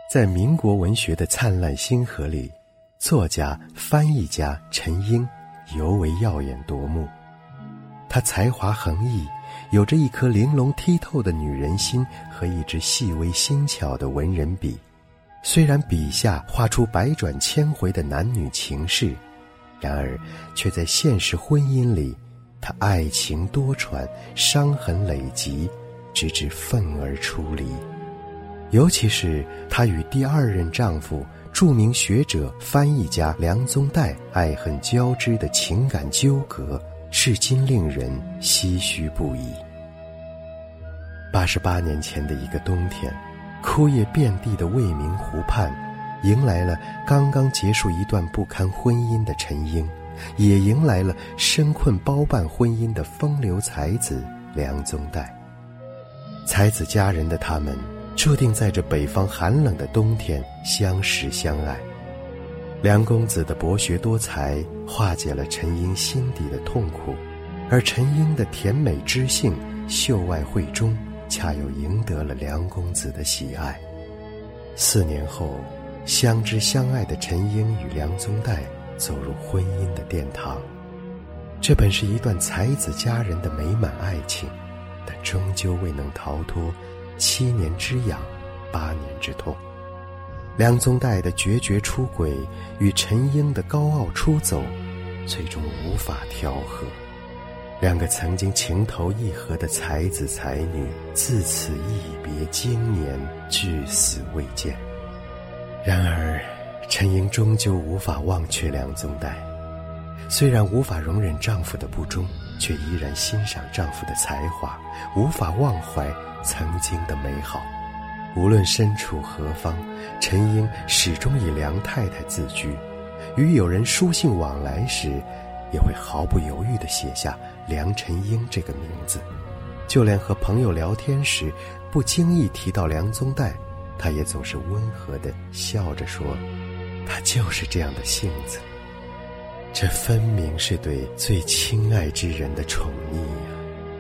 在民国文学的灿烂星河里，作家、翻译家陈英尤为耀眼夺目。他才华横溢，有着一颗玲珑剔透的女人心和一支细微精巧的文人笔。虽然笔下画出百转千回的男女情事，然而却在现实婚姻里，他爱情多舛，伤痕累积，直至愤而出离。尤其是她与第二任丈夫著名学者、翻译家梁宗岱爱恨交织的情感纠葛，至今令人唏嘘不已。88年前的一个冬天，枯叶遍地的未名湖畔，迎来了刚刚结束一段不堪婚姻的陈英，也迎来了身困包办婚姻的风流才子梁宗岱。才子佳人的他们注定在这北方寒冷的冬天相识相爱。梁公子的博学多才化解了陈英心底的痛苦，而陈英的甜美知性、秀外慧中，恰又赢得了梁公子的喜爱。4年后，相知相爱的陈英与梁宗岱走入婚姻的殿堂。这本是一段才子佳人的美满爱情，但终究未能逃脱7年之痒8年之痛。梁宗岱的决绝出轨与陈英的高傲出走，最终无法调和。2个曾经情投意合的才子才女，自此一别经年，至死未见。然而陈英终究无法忘却梁宗岱，虽然无法容忍丈夫的不忠，却依然欣赏丈夫的才华，无法忘怀曾经的美好。无论身处何方，陈英始终以梁太太自居，与友人书信往来时，也会毫不犹豫地写下梁陈英这个名字。就连和朋友聊天时，不经意提到梁宗岱，他也总是温和地笑着说，他就是这样的性子。这分明是对最亲爱之人的宠溺呀。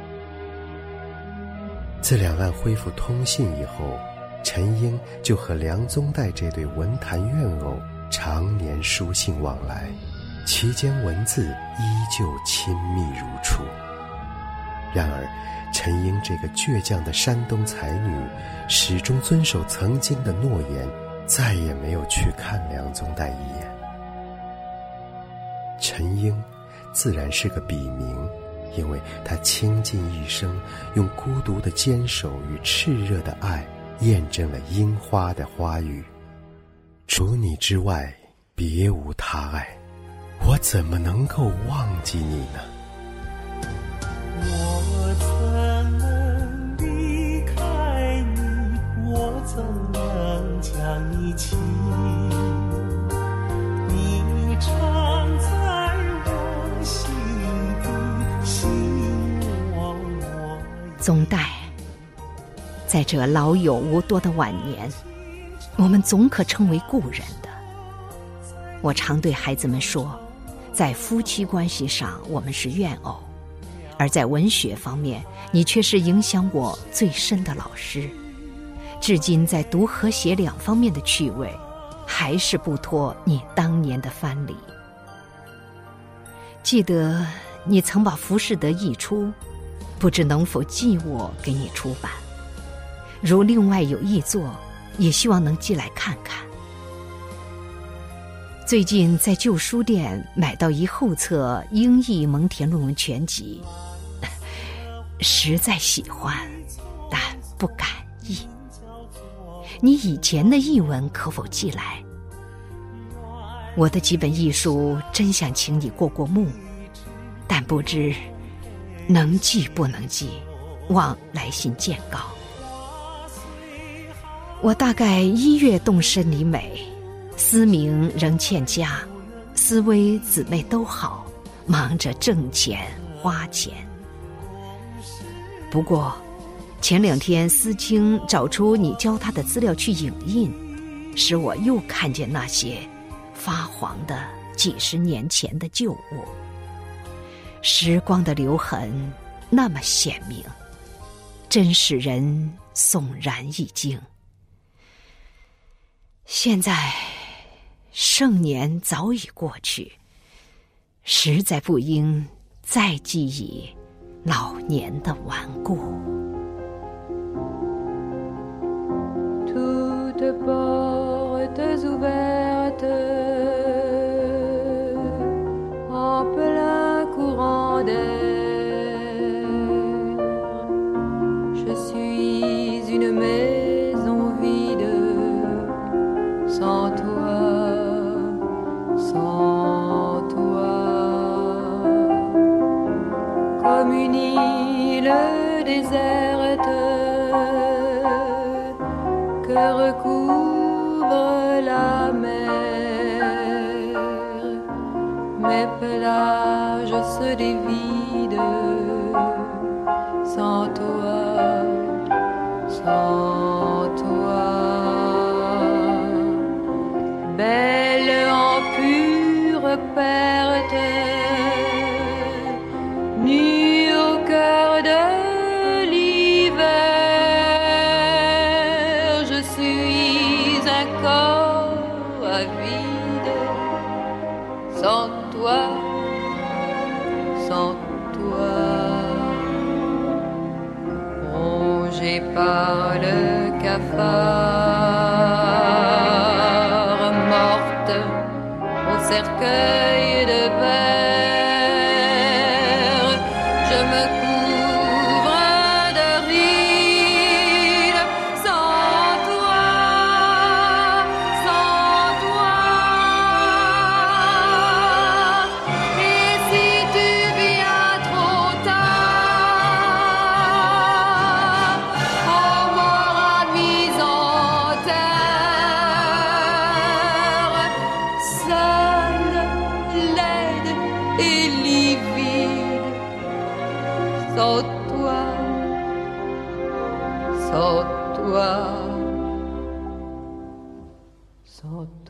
自两岸恢复通信以后，陈英就和梁宗岱这对文坛怨偶常年书信往来，其间文字依旧亲密如初。然而陈英这个倔强的山东才女，始终遵守曾经的诺言，再也没有去看梁宗岱一眼。陈英自然是个笔名，因为她倾尽一生，用孤独的坚守与炽热的爱，验证了樱花的花语。除你之外，别无他爱，我怎么能够忘记你呢？ 我怎能离开你，我怎能将你弃，你常在我心底，心我宗岱，在这老有无多的晚年，我们总可称为故人的。我常对孩子们说，在夫妻关系上我们是怨偶，而在文学方面，你却是影响我最深的老师。至今在读和写2方面的趣味，还是不脱你当年的藩篱。记得你曾把《浮士德》译出，不知能否寄我给你出版。如另外有译作，也希望能寄来看看。最近在旧书店买到一后册英译蒙恬论文全集，实在喜欢，但不敢译。你以前的译文可否寄来？我的几本译书真想请你过过目，但不知能寄不能寄，望来信见告。我大概1月动身离美，思明仍欠佳，思微姊妹都好，忙着挣钱花钱。不过前2天思清找出你教他的资料去影印，使我又看见那些发黄的几10年前的旧物，时光的留痕那么鲜明，真使人悚然一惊。 现在盛年早已过去，实在不应再记忆老年的顽固。 Toutes portes ouvertes en plein courant d'air. Je suis une maison vide, sans toi, sans toi. Comme une île déserte que recouvre la mer. Mes plages se dévident sans toi, sans toi. Belle en pure perte, nue au cœur de l'hiver, je suis un corps avide, sans toi, sans toi. Rongé par le cafard, morte au cercueil de verre, je me couvre de rides, sans toi, sans toi. Et si tu viens trop tard, on m'aura mise en terre, seule, laide et livide, sans toi, sans toi, sans toi.